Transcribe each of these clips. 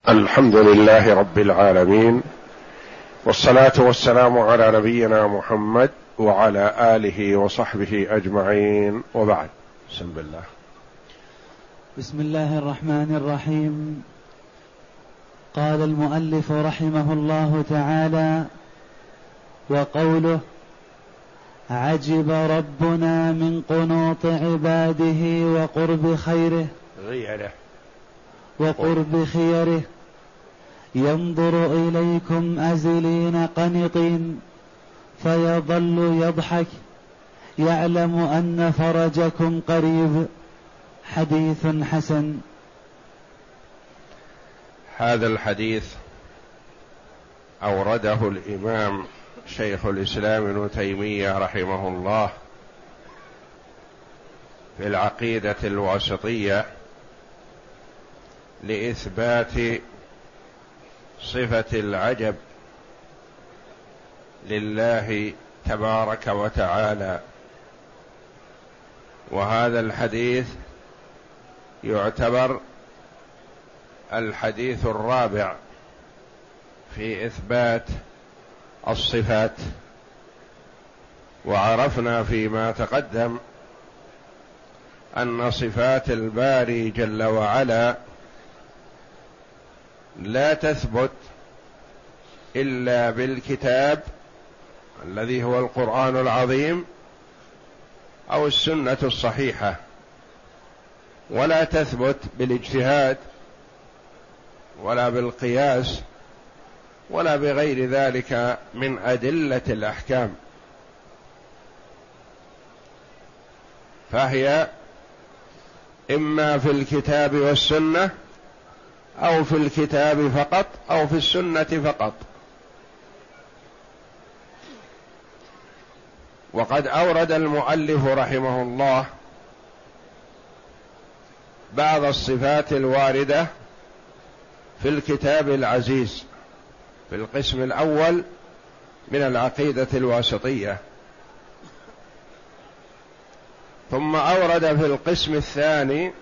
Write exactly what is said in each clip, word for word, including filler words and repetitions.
الحمد لله رب العالمين، والصلاة والسلام على نبينا محمد وعلى آله وصحبه أجمعين، وبعد. بسم الله. بسم الله الرحمن الرحيم. قال المؤلف رحمه الله تعالى: وقوله: عجب ربنا من قنوط عباده وقرب خيره غيره وقرب خيره، ينظر إليكم أزلين قنطين فيظل يضحك، يعلم أن فرجكم قريب. حديث حسن. هذا الحديث أورده الإمام شيخ الإسلام ابن تيمية رحمه الله في العقيدة الواسطية لإثبات صفة العجب لله تبارك وتعالى، وهذا الحديث يعتبر الحديث الرابع في إثبات الصفات. وعرفنا فيما تقدم أن صفات الباري جل وعلا لا تثبت إلا بالكتاب الذي هو القرآن العظيم أو السنة الصحيحة، ولا تثبت بالاجتهاد ولا بالقياس ولا بغير ذلك من أدلة الأحكام، فهي إما في الكتاب والسنة أو في الكتاب فقط أو في السنة فقط. وقد أورد المؤلف رحمه الله بعض الصفات الواردة في الكتاب العزيز في القسم الأول من العقيدة الواسطية، ثم أورد في القسم الثاني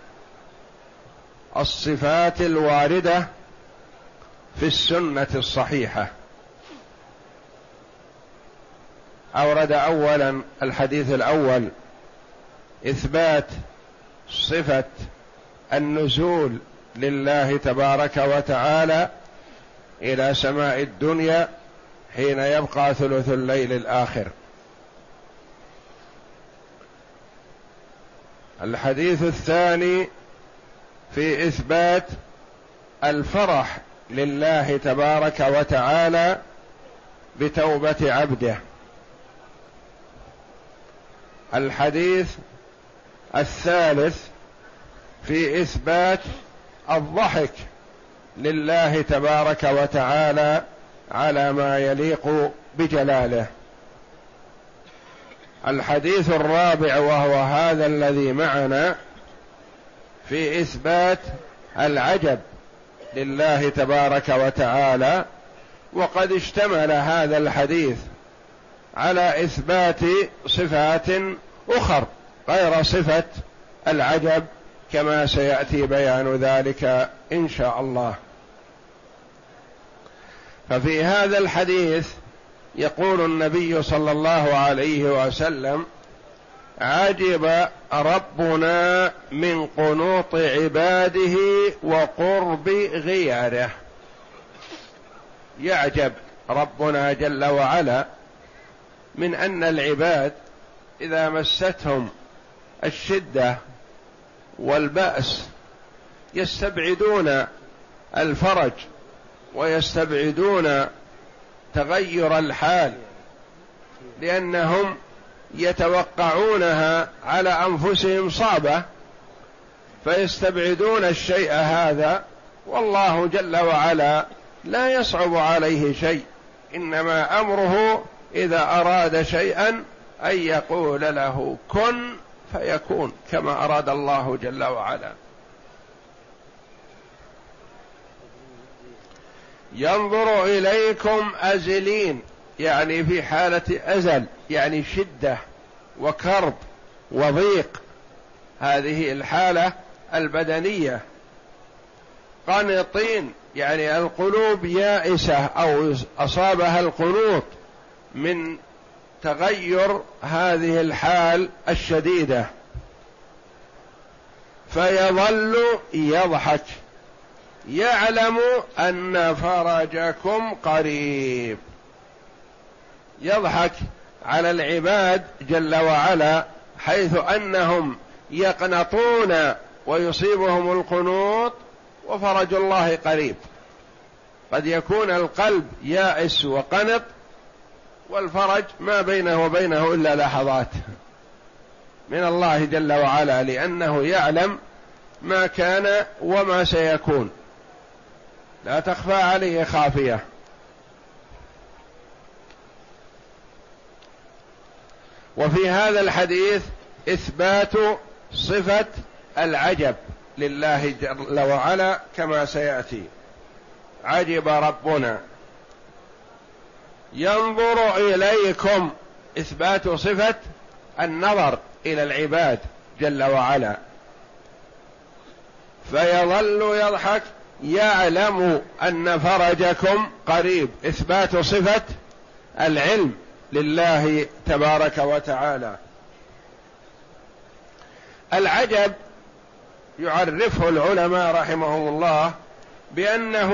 الصفات الواردة في السنة الصحيحة. أورد أولا الحديث الأول إثبات صفة النزول لله تبارك وتعالى إلى سماء الدنيا حين يبقى ثلث الليل الآخر. الحديث الثاني في إثبات الفرح لله تبارك وتعالى بتوبة عبده. الحديث الثالث في إثبات الضحك لله تبارك وتعالى على ما يليق بجلاله. الحديث الرابع وهو هذا الذي معنا في إثبات العجب لله تبارك وتعالى، وقد اشتمل هذا الحديث على إثبات صفات أخر غير صفة العجب كما سيأتي بيان ذلك إن شاء الله. ففي هذا الحديث يقول النبي صلى الله عليه وسلم: عجب ربنا من قنوط عباده وقرب غيره. يعجب ربنا جل وعلا من أن العباد إذا مستهم الشدة والبأس يستبعدون الفرج ويستبعدون تغير الحال، لأنهم يتوقعونها على أنفسهم صعبة فيستبعدون الشيء هذا، والله جل وعلا لا يصعب عليه شيء، إنما أمره إذا أراد شيئا أن يقول له كن فيكون كما أراد الله جل وعلا. ينظر إليكم أزلين، يعني في حالة أزل، يعني شدة وكرب وضيق، هذه الحالة البدنية. قنطين يعني القلوب يائسة أو أصابها القنوط من تغير هذه الحال الشديدة، فيظل يضحك يعلم أن فرجكم قريب. يضحك على العباد جل وعلا حيث أنهم يقنطون ويصيبهم القنوط وفرج الله قريب. قد يكون القلب يائس وقنط والفرج ما بينه وبينه إلا لحظات من الله جل وعلا، لأنه يعلم ما كان وما سيكون، لا تخفى عليه خافية. وفي هذا الحديث إثبات صفة العجب لله جل وعلا كما سيأتي. عجب ربنا ينظر إليكم، إثبات صفة النظر إلى العباد جل وعلا. فيظل يضحك يعلم أن فرجكم قريب، إثبات صفة العلم لله تبارك وتعالى. العجب يعرفه العلماء رحمهم الله بأنه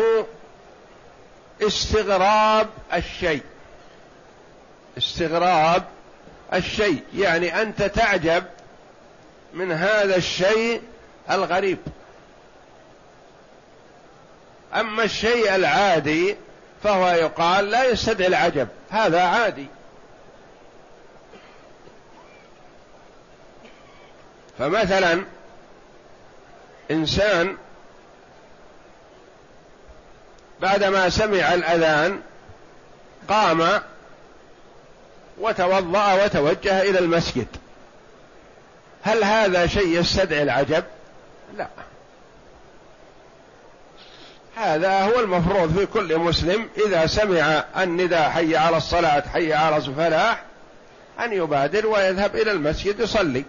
استغراب الشيء. استغراب الشيء يعني أنت تعجب من هذا الشيء الغريب. أما الشيء العادي فهو يقال لا يستدعي العجب، هذا عادي. فمثلا إنسان بعدما سمع الأذان قام وتوضأ وتوجه إلى المسجد، هل هذا شيء يستدعي العجب؟ لا، هذا هو المفروض في كل مسلم إذا سمع النداء حي على الصلاة حي على الفلاح أن يبادر ويذهب إلى المسجد يصلي،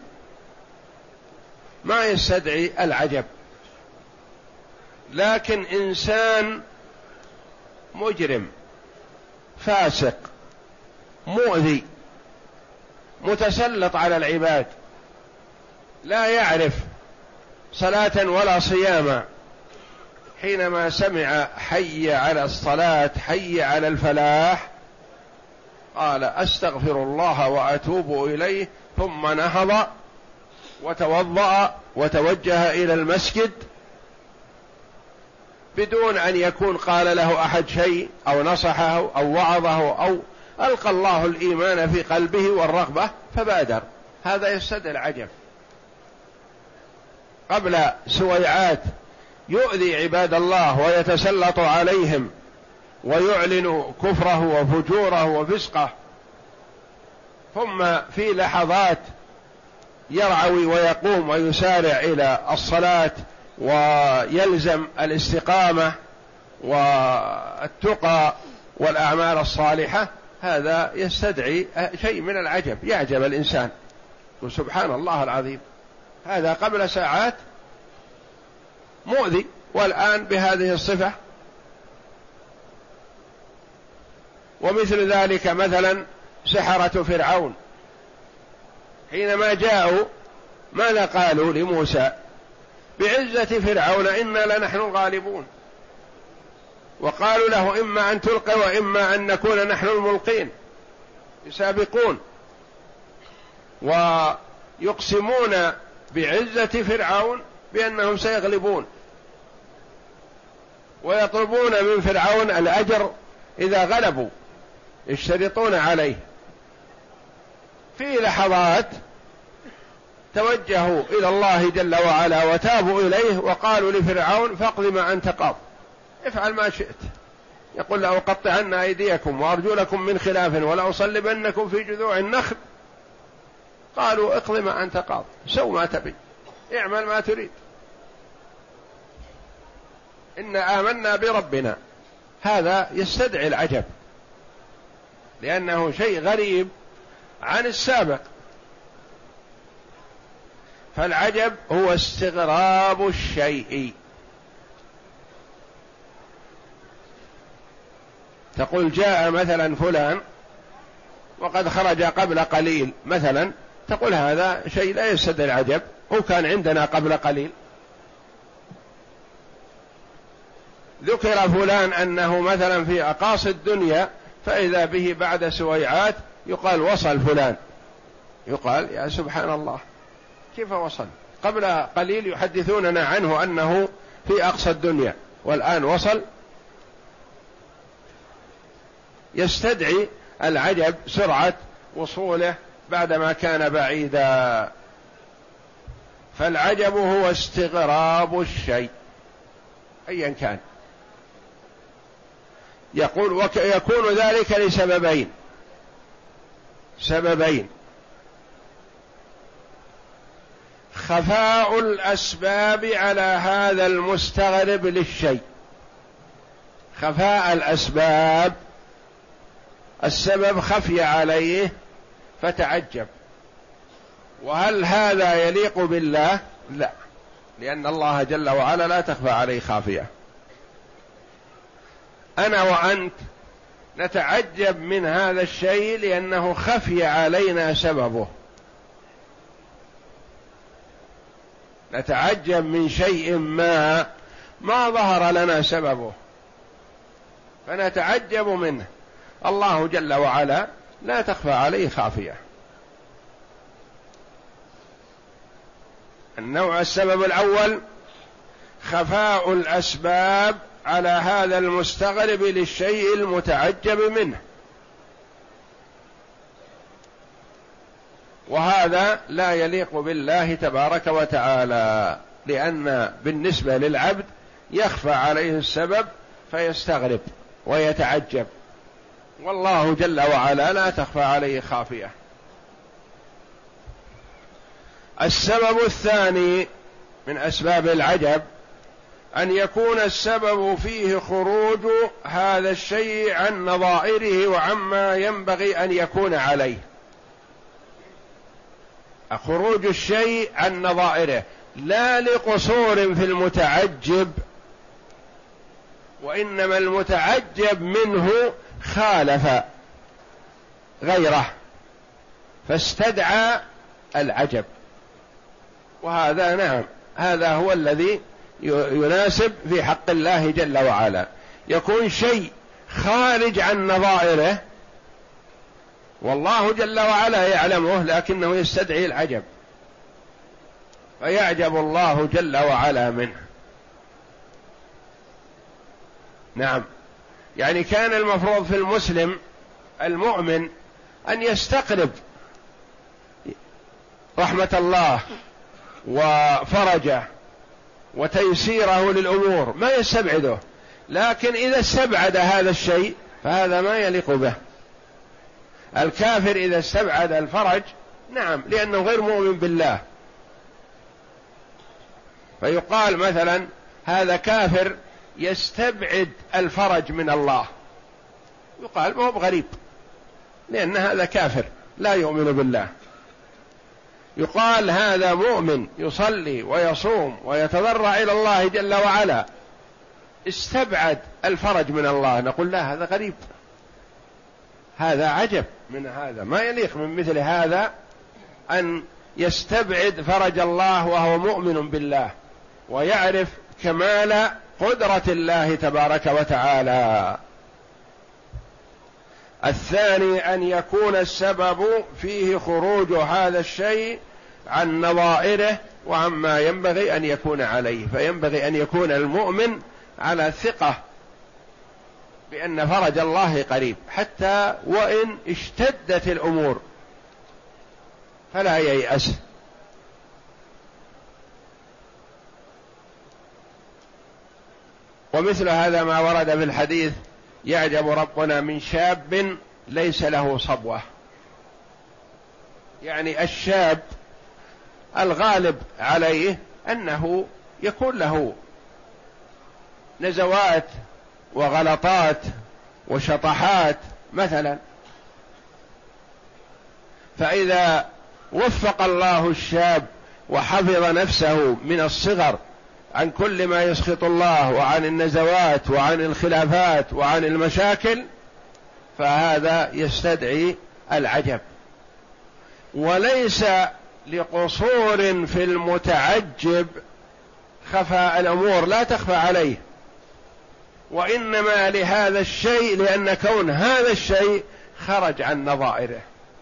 ما يستدعي العجب. لكن إنسان مجرم فاسق مؤذي متسلط على العباد لا يعرف صلاة ولا صياما، حينما سمع حي على الصلاة حي على الفلاح قال أستغفر الله وأتوب إليه، ثم نهض وتوضأ وتوجه إلى المسجد بدون أن يكون قال له أحد شيء أو نصحه أو وعظه أو ألقى الله الإيمان في قلبه والرغبة فبادر. هذا يستدعي العجب. قبل سويعات يؤذي عباد الله ويتسلط عليهم ويعلن كفره وفجوره وفسقه، ثم في لحظات يرعوي ويقوم ويسارع إلى الصلاة ويلزم الاستقامة والتقى والأعمال الصالحة. هذا يستدعي شيء من العجب، يعجب الإنسان وسبحان الله العظيم، هذا قبل ساعات مؤذي والآن بهذه الصفة. ومثل ذلك مثلا سحرة فرعون حينما جاءوا ماذا قالوا لموسى؟ بعزة فرعون إنا لنحن الغالبون، وقالوا له إما أن تلقي وإما أن نكون نحن الملقين، يسابقون ويقسمون بعزة فرعون بأنهم سيغلبون، ويطلبون من فرعون الأجر إذا غلبوا، يشترطون عليه. في لحظات توجهوا إلى الله جل وعلا وتابوا إليه وقالوا لفرعون فاقض ما أنت قاض، افعل ما شئت. يقول لأقطعن أيديكم وأرجلكم من خلاف ولأصلبنكم في جذوع النخل. قالوا اقض ما أنت قاض، سو ما تبي، اعمل ما تريد، إنا آمنا بربنا. هذا يستدعي العجب لأنه شيء غريب عن السابق. فالعجب هو استغراب الشيء. تقول جاء مثلا فلان وقد خرج قبل قليل مثلا، تقول هذا شيء لا يستدعي العجب، هو كان عندنا قبل قليل. ذكر فلان أنه مثلا في أقاصي الدنيا، فإذا به بعد سويعات يقال وصل فلان، يقال يا سبحان الله كيف وصل؟ قبل قليل يحدثوننا عنه أنه في أقصى الدنيا والآن وصل. يستدعي العجب سرعة وصوله بعدما كان بعيدا. فالعجب هو استغراب الشيء أيا كان. يقول ويكون ذلك لسببين، سببين: خفاء الأسباب على هذا المستغرب للشيء، خفاء الأسباب، السبب خفي عليه فتعجب. وهل هذا يليق بالله؟ لا، لأن الله جل وعلا لا تخفى عليه خافية. أنا وأنت نتعجب من هذا الشيء لأنه خفي علينا سببه، نتعجب من شيء ما ما ظهر لنا سببه فنتعجب منه. الله جل وعلا لا تخفى عليه خافية. النوع السبب الأول خفاء الأسباب على هذا المستغرب للشيء المتعجب منه، وهذا لا يليق بالله تبارك وتعالى، لأن بالنسبة للعبد يخفى عليه السبب فيستغرب ويتعجب، والله جل وعلا لا تخفى عليه خافية. السبب الثاني من أسباب العجب أن يكون السبب فيه خروج هذا الشيء عن نظائره وعما ينبغي أن يكون عليه، خروج الشيء عن نظائره، لا لقصور في المتعجب، وإنما المتعجب منه خالف غيره فاستدعى العجب. وهذا نعم هذا هو الذي يناسب في حق الله جل وعلا، يكون شيء خارج عن نظائره والله جل وعلا يعلمه لكنه يستدعي العجب فيعجب الله جل وعلا منه. نعم، يعني كان المفروض في المسلم المؤمن أن يستقرب رحمة الله وفرجه وتيسيره للأمور، ما يستبعده، لكن إذا استبعد هذا الشيء فهذا ما يليق به. الكافر إذا استبعد الفرج نعم لأنه غير مؤمن بالله، فيقال مثلا هذا كافر يستبعد الفرج من الله، يقال ما هو بغريب لأن هذا كافر لا يؤمن بالله. يقال هذا مؤمن يصلي ويصوم ويتضرع إلى الله جل وعلا استبعد الفرج من الله، نقول لا هذا غريب، هذا عجب من هذا، ما يليق من مثل هذا أن يستبعد فرج الله وهو مؤمن بالله ويعرف كمال قدرة الله تبارك وتعالى. الثاني أن يكون السبب فيه خروج هذا الشيء عن نظائره وعما ينبغي أن يكون عليه، فينبغي أن يكون المؤمن على ثقة بأن فرج الله قريب حتى وإن اشتدت الأمور فلا ييأس. ومثل هذا ما ورد في الحديث يعجب ربنا من شاب ليس له صبوة، يعني الشاب الغالب عليه أنه يكون له نزوات وغلطات وشطحات مثلا، فإذا وفق الله الشاب وحفظ نفسه من الصغر عن كل ما يسخط الله وعن النزوات وعن الخلافات وعن المشاكل فهذا يستدعي العجب. وليس لقصور في المتعجب خفاء الأمور، لا تخفى عليه، وإنما لهذا الشيء لأن كون هذا الشيء خرج عن نظائره.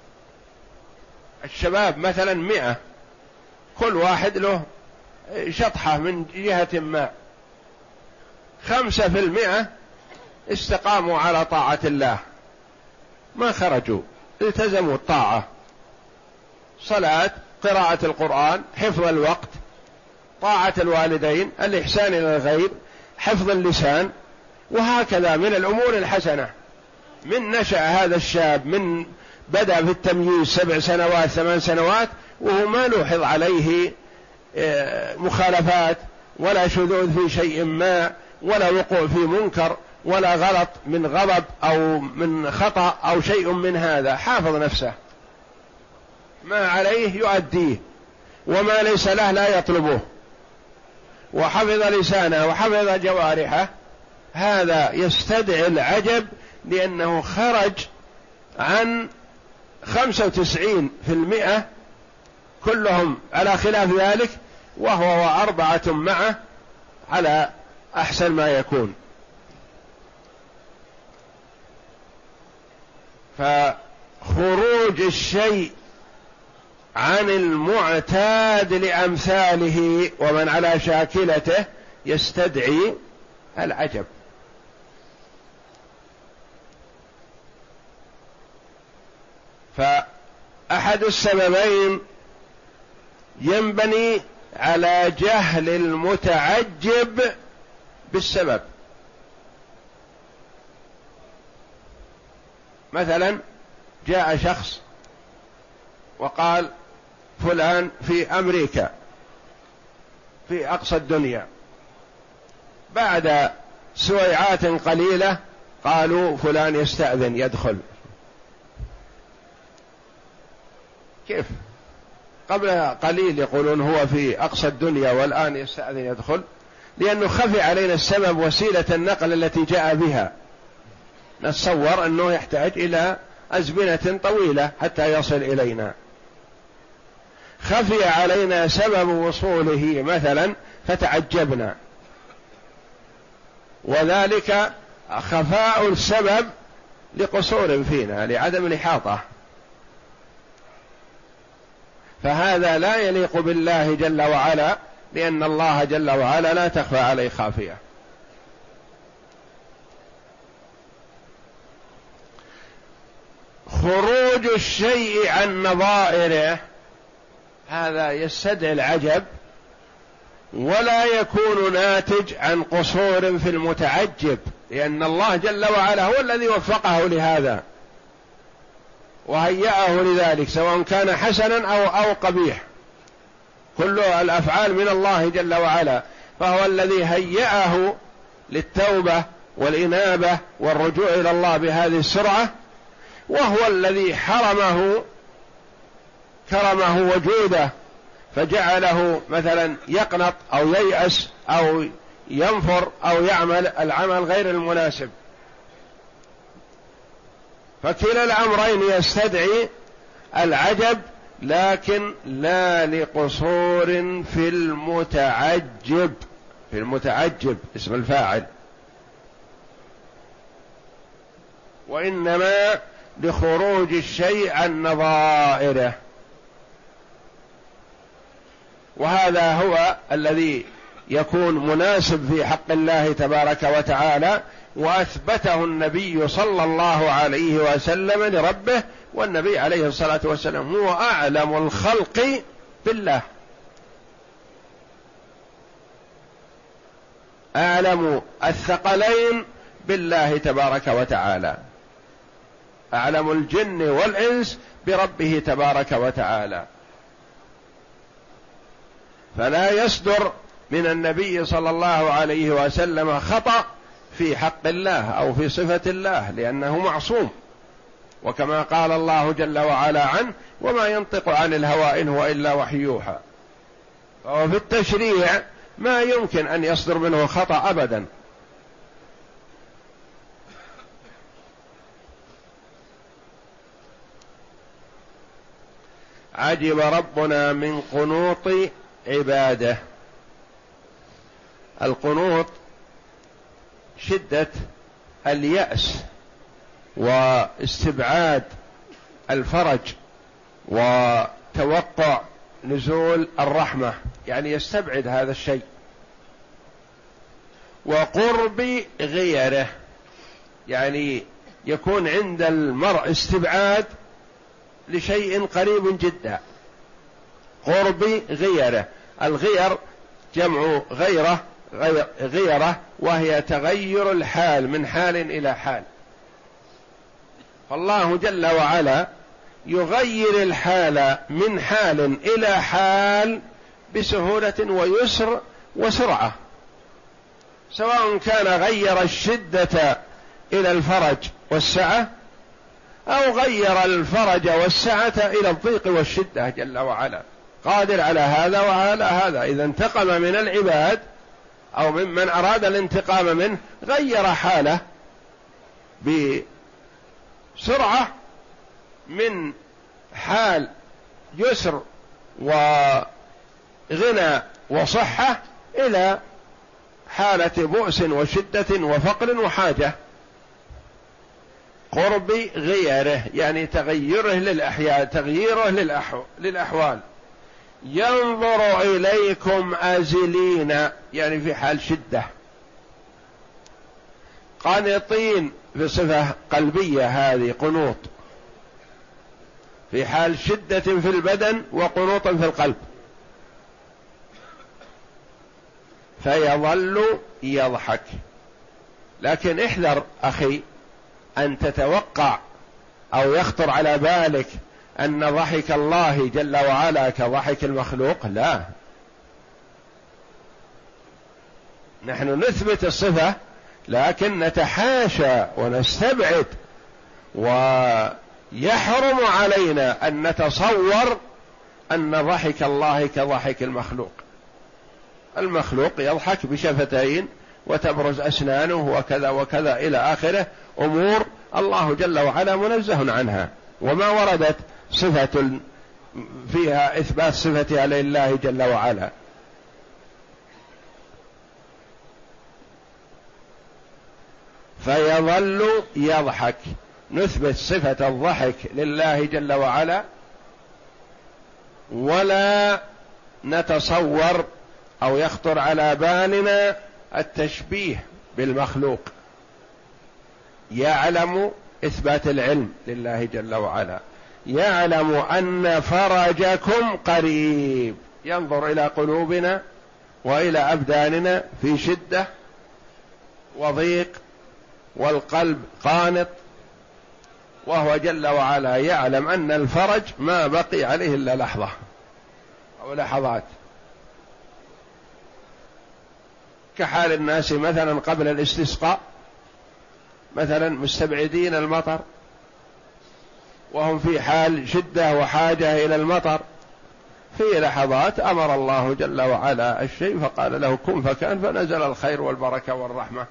الشباب مثلا مئة، كل واحد له شطحة من جهة ما، خمسة في المئة استقاموا على طاعة الله، ما خرجوا، التزموا الطاعة، صلاة، قراءة القرآن، حفظ الوقت، طاعة الوالدين، الإحسان إلى الغير، حفظ اللسان، وهكذا من الأمور الحسنة. من نشأ هذا الشاب، من بدأ في التمييز سبع سنوات ثمان سنوات وهو ما لوحظ عليه مخالفات ولا شذوذ في شيء ما، ولا وقوع في منكر، ولا غلط من غضب أو من خطأ أو شيء من هذا، حافظ نفسه، ما عليه يؤديه، وما ليس له لا يطلبه، وحفظ لسانه وحفظ جوارحه. هذا يستدعي العجب لأنه خرج عن خمسة وتسعين في المئة كلهم على خلاف ذلك، وهو وأربعة معه على أحسن ما يكون. فخروج الشيء عن المعتاد لأمثاله ومن على شاكلته يستدعي العجب. فأحد السببين ينبني على جهل المتعجب بالسبب. مثلا جاء شخص وقال فلان في أمريكا في أقصى الدنيا، بعد سويعات قليلة قالوا فلان يستأذن يدخل. كيف؟ قبل قليل يقولون هو في أقصى الدنيا والآن يستأذن يدخل، لأنه خفي علينا السبب، وسيلة النقل التي جاء بها نتصور أنه يحتاج إلى أزمنة طويلة حتى يصل إلينا، خفي علينا سبب وصوله مثلا فتعجبنا، وذلك خفاء السبب لقصور فينا، لعدم الإحاطة، فهذا لا يليق بالله جل وعلا، لأن الله جل وعلا لا تخفى عليه خافية. خروج الشيء عن نظائره هذا يستدعي العجب، ولا يكون ناتج عن قصور في المتعجب، لأن الله جل وعلا هو الذي وفقه لهذا وهيأه لذلك، سواء كان حسنا أو أو قبيح، كل الأفعال من الله جل وعلا، فهو الذي هيأه للتوبة والإنابة والرجوع إلى الله بهذه السرعة، وهو الذي حرمه كرمه وجوده فجعله مثلا يقنط أو ييأس أو ينفر أو يعمل العمل غير المناسب. فكلا الأمرين يستدعي العجب، لكن لا لقصور في المتعجب، في المتعجب اسم الفاعل، وإنما لخروج الشيء عن نظائره. وهذا هو الذي يكون مناسب في حق الله تبارك وتعالى، وأثبته النبي صلى الله عليه وسلم لربه، والنبي عليه الصلاة والسلام هو أعلم الخلق بالله، أعلم الثقلين بالله تبارك وتعالى، أعلم الجن والإنس بربه تبارك وتعالى. فلا يصدر من النبي صلى الله عليه وسلم خطأ في حق الله أو في صفة الله، لأنه معصوم، وكما قال الله جل وعلا عنه: وما ينطق عن الهوى إن هو إلا وحي يوحى. فهو في التشريع ما يمكن أن يصدر منه خطأ أبدا. عجب ربنا من قنوط عباده. القنوط شدة اليأس واستبعاد الفرج وتوقع نزول الرحمة، يعني يستبعد هذا الشيء. وقرب غيره، يعني يكون عند المرء استبعاد لشيء قريب جدا. قرب غيره، الغير جمع غيره، غيره وهي تغير الحال من حال إلى حال. فالله جل وعلا يغير الحال من حال إلى حال بسهولة ويسر وسرعة، سواء كان غير الشدة إلى الفرج والسعة أو غير الفرج والسعة إلى الضيق والشدة جل وعلا، قادر على هذا وعلى هذا. إذا انتقم من العباد أو ممن أراد الانتقام منه غير حاله بسرعة من حال يسر وغنى وصحة إلى حالة بؤس وشدة وفقر وحاجة. قرب غيره يعني تغيره للأحياء، تغييره للأحو... للأحوال. ينظر إليكم آزلين يعني في حال شدة. قانطين في صفة قلبية، هذه قنوط في حال شدة في البدن وقنوط في القلب. فيظل يضحك. لكن احذر أخي أن تتوقع أو يخطر على بالك أن ضحك الله جل وعلا كضحك المخلوق، لا، نحن نثبت الصفة لكن نتحاشى ونستبعد، ويحرم علينا أن نتصور أن ضحك الله كضحك المخلوق. المخلوق يضحك بشفتين وتبرز أسنانه وكذا وكذا إلى آخره، أمور الله جل وعلا منزه عنها، وما وردت صفة فيها إثبات صفتها لله جل وعلا. فيظل يضحك، نثبت صفة الضحك لله جل وعلا، ولا نتصور أو يخطر على بالنا التشبيه بالمخلوق. يعلم إثبات العلم لله جل وعلا، يعلم أن فرجكم قريب، ينظر إلى قلوبنا وإلى أبداننا في شدة وضيق والقلب قانط، وهو جل وعلا يعلم أن الفرج ما بقي عليه إلا لحظة أو لحظات، كحال الناس مثلا قبل الاستسقاء، مثلا مستبعدين المطر وهم في حال شدة وحاجة إلى المطر، في لحظات أمر الله جل وعلا الشيء فقال له كن فكان، فنزل الخير والبركة والرحمة.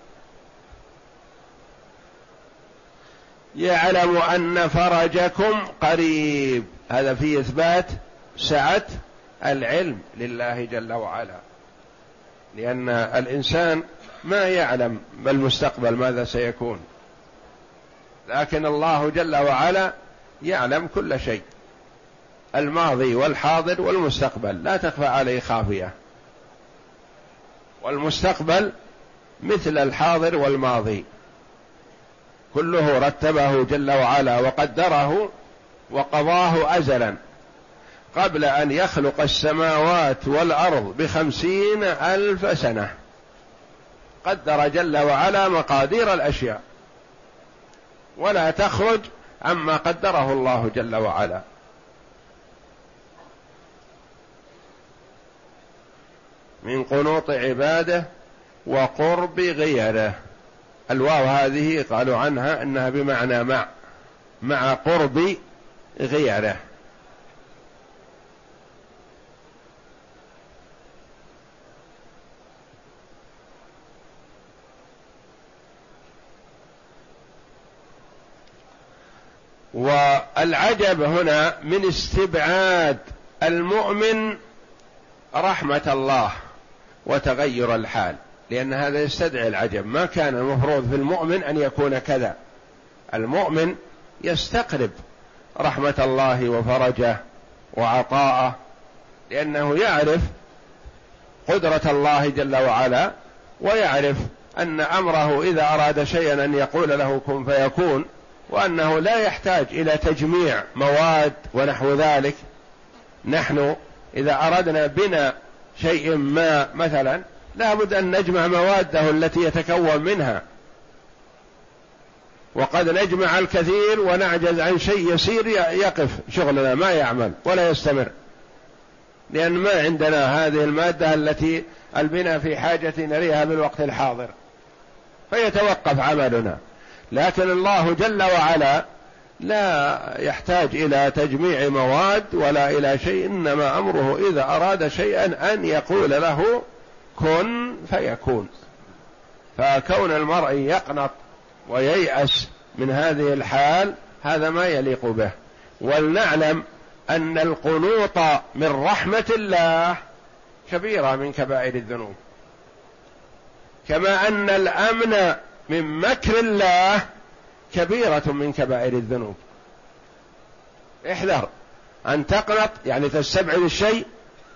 يعلم أن فرجكم قريب، هذا في إثبات سعة العلم لله جل وعلا، لأن الإنسان ما يعلم بالمستقبل ماذا سيكون، لكن الله جل وعلا يعلم كل شيء، الماضي والحاضر والمستقبل لا تخفى عليه خافية، والمستقبل مثل الحاضر والماضي كله رتبه جل وعلا وقدره وقضاه أزلا قبل أن يخلق السماوات والأرض بخمسين ألف سنة، قدر جل وعلا مقادير الأشياء ولا تخرج عما قدره الله جل وعلا. من قنوط عباده وقرب غيره. الواو هذه قالوا عنها أنها بمعنى مع، مع قرب غيره. والعجب هنا من استبعاد المؤمن رحمة الله وتغير الحال، لأن هذا يستدعي العجب. ما كان المفروض في المؤمن أن يكون كذا. المؤمن يستقرب رحمة الله وفرجه وعطاءه، لأنه يعرف قدرة الله جل وعلا، ويعرف أن أمره إذا أراد شيئا أن يقول له كن فيكون، وأنه لا يحتاج إلى تجميع مواد ونحو ذلك. نحن إذا أردنا بناء شيء ما مثلا لا بد أن نجمع مواده التي يتكون منها، وقد نجمع الكثير ونعجز عن شيء يسير يقف شغلنا ما يعمل ولا يستمر، لأن ما عندنا هذه المادة التي البناء في حاجة إليها بالوقت الحاضر، فيتوقف عملنا. لكن الله جل وعلا لا يحتاج إلى تجميع مواد ولا إلى شيء، إنما أمره إذا أراد شيئا أن يقول له كن فيكون. فكون المرء يقنط وييأس من هذه الحال هذا ما يليق به. ولنعلم أن القنوط من رحمة الله كبيرة من كبائر الذنوب، كما أن الأمن من مكر الله كبيرة من كبائر الذنوب. احذر أن تقنط يعني تستبعد الشيء،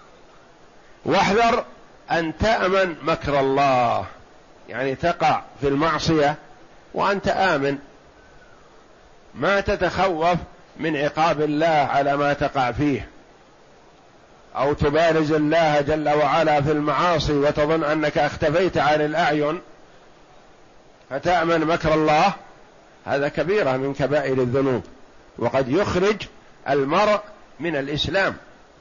واحذر أن تأمن مكر الله يعني تقع في المعصية وأنت آمن، ما تتخوف من عقاب الله على ما تقع فيه، أو تبارز الله جل وعلا في المعاصي وتظن أنك اختفيت عن الأعين فتأمن مكر الله. هذا كبيرة من كبائر الذنوب، وقد يخرج المرء من الإسلام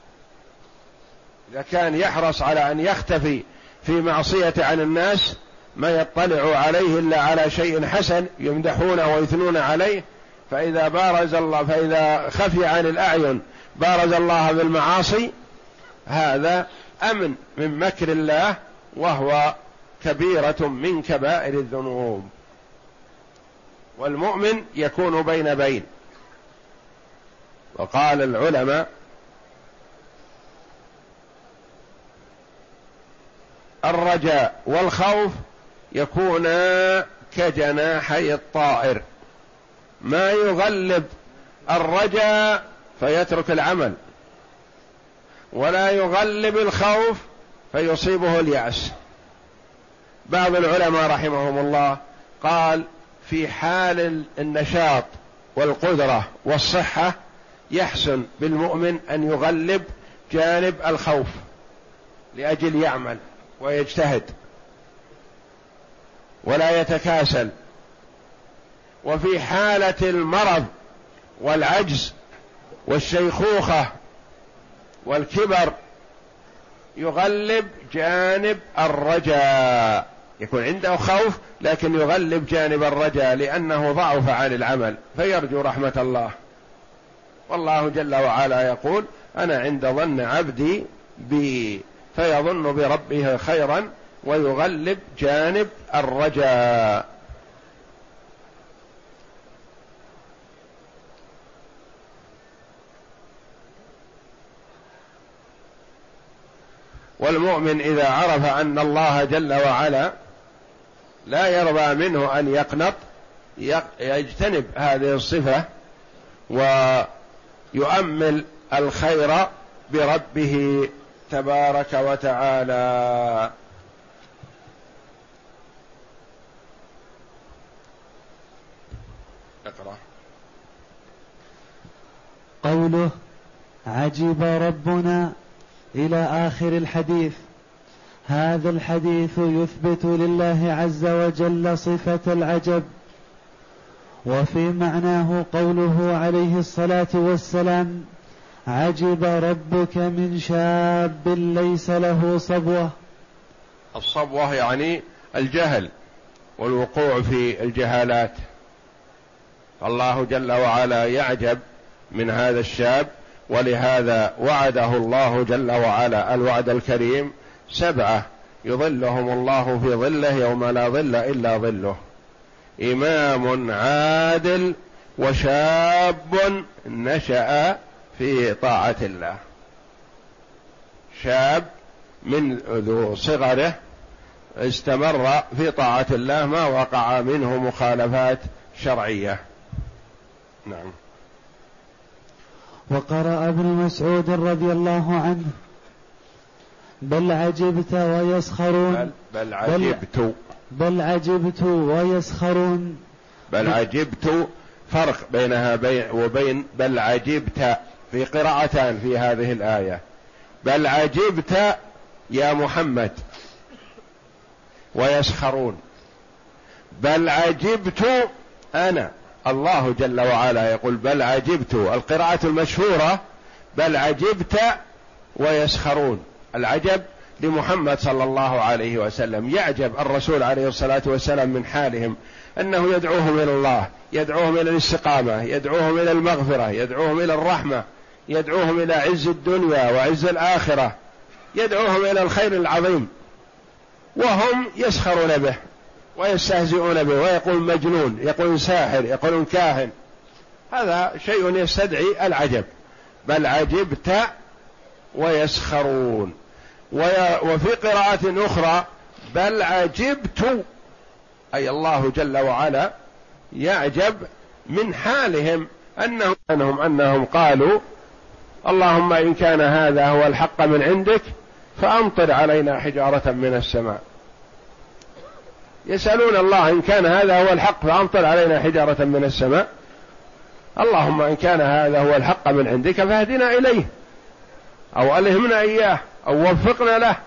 إذا كان يحرص على أن يختفي في معصية عن الناس، ما يطلع عليه إلا على شيء حسن يمدحونه ويثنون عليه، فإذا بارز الله فإذا خفي عن الأعين بارز الله بالمعاصي. هذا أمن من مكر الله، وهو كبيرة من كبائر الذنوب. والمؤمن يكون بين بين. وقال العلماء الرجاء والخوف يكونا كجناحي الطائر، ما يغلب الرجاء فيترك العمل، ولا يغلب الخوف فيصيبه اليأس. بعض العلماء رحمهم الله قال في حال النشاط والقدرة والصحة يحسن بالمؤمن أن يغلب جانب الخوف لأجل يعمل ويجتهد ولا يتكاسل. وفي حالة المرض والعجز والشيخوخة والكبر يغلب جانب الرجاء، يكون عنده خوف لكن يغلب جانب الرجاء لأنه ضعف عن العمل فيرجو رحمة الله. والله جل وعلا يقول أنا عند ظن عبدي بي، فيظن بربه خيرا ويغلب جانب الرجاء. والمؤمن إذا عرف أن الله جل وعلا لا يرضى منه أن يقنط يجتنب هذه الصفة ويؤمل الخير بربه تبارك وتعالى. اقرأ. قوله عجب ربنا إلى آخر الحديث. هذا الحديث يثبت لله عز وجل صفة العجب، وفي معناه قوله عليه الصلاة والسلام عجب ربك من شاب ليس له صبوة. الصبوة يعني الجهل والوقوع في الجهالات. الله جل وعلا يعجب من هذا الشاب، ولهذا وعده الله جل وعلا الوعد الكريم سبعة يظلهم الله في ظله يوم لا ظل إلا ظله: إمام عادل وشاب نشأ في طاعة الله. شاب من ذو صغره استمر في طاعة الله ما وقع منه مخالفات شرعية. نعم. وقرأ ابن مسعود رضي الله عنه: بل عجبت ويسخرون. بل, بل عجبت بل عجبت ويسخرون. بل عجبت فرق بينها بين وبين بل عجبت، في قراءتان في هذه الآية. بل عجبت يا محمد ويسخرون، بل عجبت أنا. الله جل وعلا يقول بل عجبت. القراءة المشهورة بل عجبت ويسخرون. العجب لمحمد صلى الله عليه وسلم، يعجب الرسول عليه الصلاة والسلام من حالهم، أنه يدعوهم إلى الله، يدعوهم إلى الاستقامة، يدعوهم إلى المغفرة، يدعوهم إلى الرحمة، يدعوهم إلى عز الدنيا وعز الآخرة، يدعوهم إلى الخير العظيم، وهم يسخرون به ويستهزئون به، ويقول مجنون، يقول ساحر، يقول كاهن. هذا شيء يستدعي العجب. بل عجبت ويسخرون. وفي قراءة أخرى بل عجبت، أي الله جل وعلا يعجب من حالهم أنهم, أنهم, أنهم قالوا اللهم إن كان هذا هو الحق من عندك فأمطر علينا حجارة من السماء. يسألون الله إن كان هذا هو الحق فأمطر علينا حجارة من السماء. اللهم إن كان هذا هو الحق من عندك فاهدنا إليه، أو ألهمنا إياه، أو وفقنا له.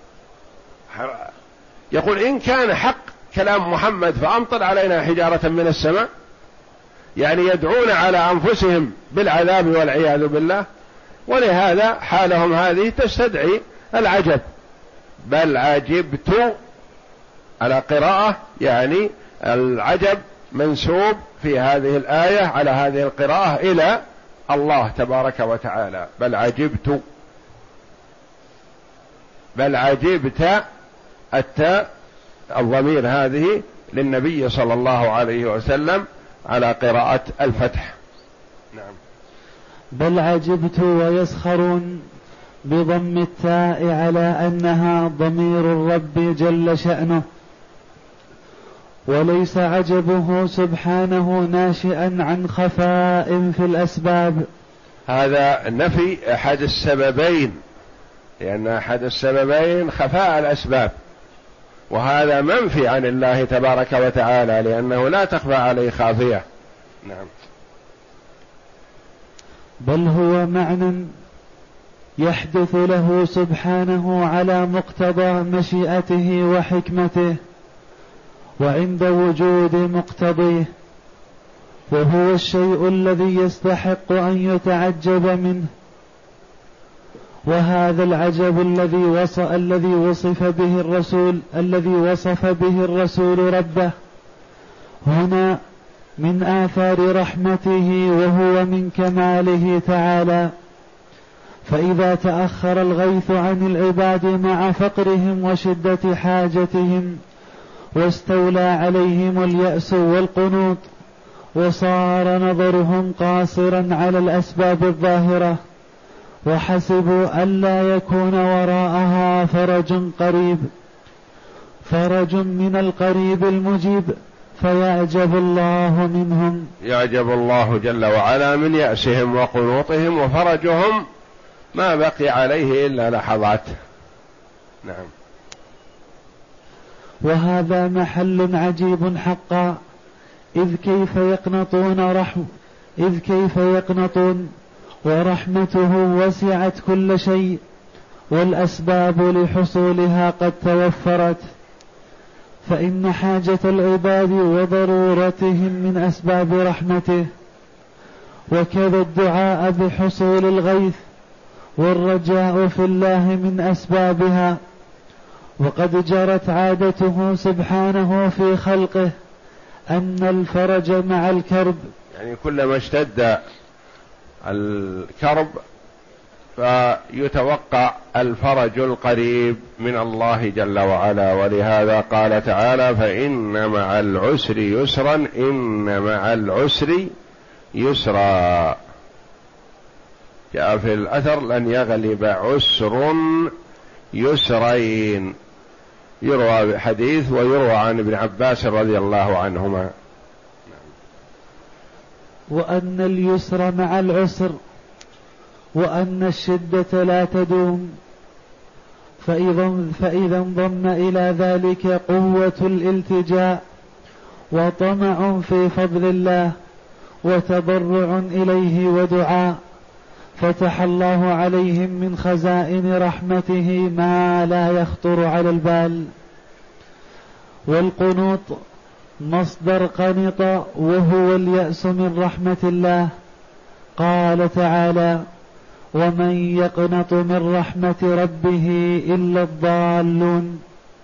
يقول إن كان حق كلام محمد فأمطر علينا حجارة من السماء، يعني يدعون على أنفسهم بالعذاب والعياذ بالله. ولهذا حالهم هذه تستدعي العجب. بل عجبت على قراءة، يعني العجب منسوب في هذه الآية على هذه القراءة إلى الله تبارك وتعالى. بل عجبت. بل عجبت التاء الضمير هذه للنبي صلى الله عليه وسلم على قراءة الفتح. نعم. بل عجبت ويسخرون بضم التاء على أنها ضمير الرب جل شأنه، وليس عجبه سبحانه ناشئا عن خفاء في الأسباب. هذا نفي أحد السببين، لأن أحد السببين خفاء الأسباب، وهذا منفي عن الله تبارك وتعالى لأنه لا تخفى عليه خافية. نعم. بل هو معنى يحدث له سبحانه على مقتضى مشيئته وحكمته وعند وجود مقتضيه، وهو الشيء الذي يستحق أن يتعجب منه. وهذا العجب الذي وصف الذي وصف به الرسول الذي وصف به الرسول ربه هنا من آثار رحمته، وهو من كماله تعالى. فإذا تأخر الغيث عن العباد مع فقرهم وشدة حاجتهم، واستولى عليهم اليأس والقنوط، وصار نظرهم قاصرا على الأسباب الظاهرة، وحسبوا ألا يكون وراءها فرج قريب فرج من القريب المجيب، فيعجب الله منهم. يعجب الله جل وعلا من يأسهم وقنوطهم، وفرجهم ما بقي عليه إلا لحظات. نعم. وهذا محل عجيب حقا، إذ كيف يقنطون رحم إذ كيف يقنطون ورحمته وسعت كل شيء، والأسباب لحصولها قد توفرت. فإن حاجة العباد وضرورتهم من أسباب رحمته، وكذا الدعاء بحصول الغيث والرجاء في الله من أسبابها. وقد جرت عادته سبحانه في خلقه أن الفرج مع الكرب، يعني كلما اشتد الكرب فيتوقع الفرج القريب من الله جل وعلا. ولهذا قال تعالى: فإن مع العسر يسرا إن مع العسر يسرا. جاء في الأثر لن يغلب عسر يسرين، يروى حديث ويروى عن ابن عباس رضي الله عنهما. وأن اليسر مع العسر، وأن الشدة لا تدوم، فإذا, فإذا انضم إلى ذلك قوة الالتجاء وطمع في فضل الله وتضرع إليه ودعاء، فتح الله عليهم من خزائن رحمته ما لا يخطر على البال. والقنوط مصدر قنط، وهو اليأس من رحمة الله. قال تعالى: ومن يقنط من رحمة ربه إلا الضالون.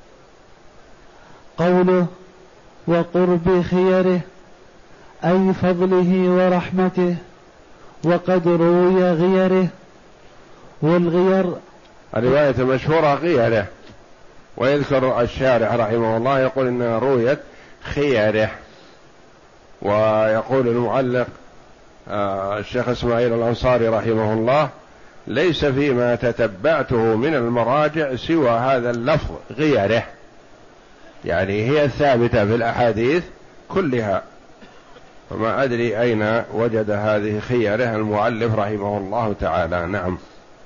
قوله وقرب خيره أي فضله ورحمته، وقد روي غيره. والغير الرواية المشهورة غيره، ويذكر الشارح رحمه الله يقول إنها رويت خيره. ويقول المعلق آه الشيخ إسماعيل الأنصاري رحمه الله: ليس فيما تتبعته من المراجع سوى هذا اللفظ غيره، يعني هي الثابتة في الأحاديث كلها، فما أدري أين وجد هذه خيره المؤلف رحمه الله تعالى. نعم.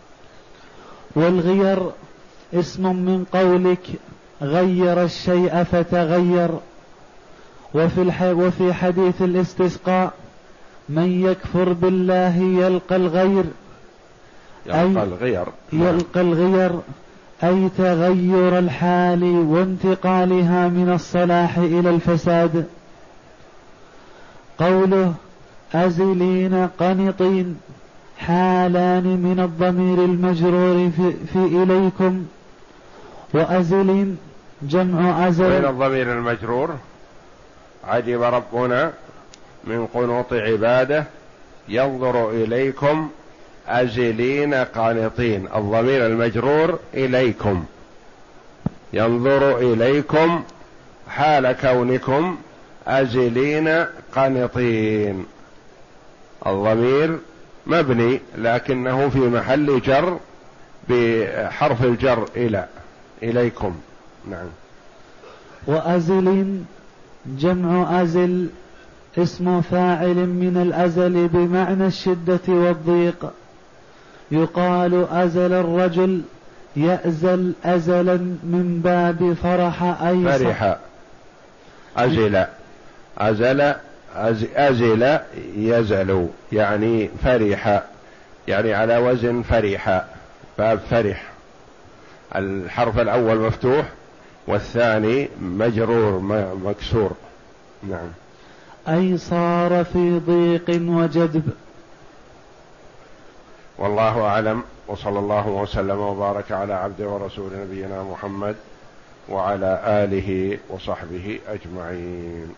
والغير اسم من قولك غير الشيء فتغير. وفي, وفي حديث الاستسقاء: من يكفر بالله يلقى الغير، يلقى الغير يلقى الغير أي تغير الحال وانتقالها من الصلاح إلى الفساد. قوله أزلين قنطين حالان من الضمير المجرور في, في إليكم. وأزلين جمع أزل. وين الضمير المجرور؟ عجب ربنا من قنوط عباده ينظر إليكم أزلين قانطين. الضمير المجرور إليكم، ينظر إليكم حال كونكم أزلين قانطين. الضمير مبني لكنه في محل جر بحرف الجر إلى إليكم. نعم. وأزل جمع أزل اسم فاعل من الأزل بمعنى الشدة والضيق. يقال أزل الرجل يأزل أزلا من باب فرح أي فرح. أزل أزل أزل يزل يعني فرح، يعني على وزن فرح، باب فرح. الحرف الأول مفتوح والثاني مجرور مكسور. نعم. أي صار في ضيق وجدب. والله أعلم، وصلى الله وسلم وبارك على عبده ورسول نبينا محمد وعلى آله وصحبه أجمعين.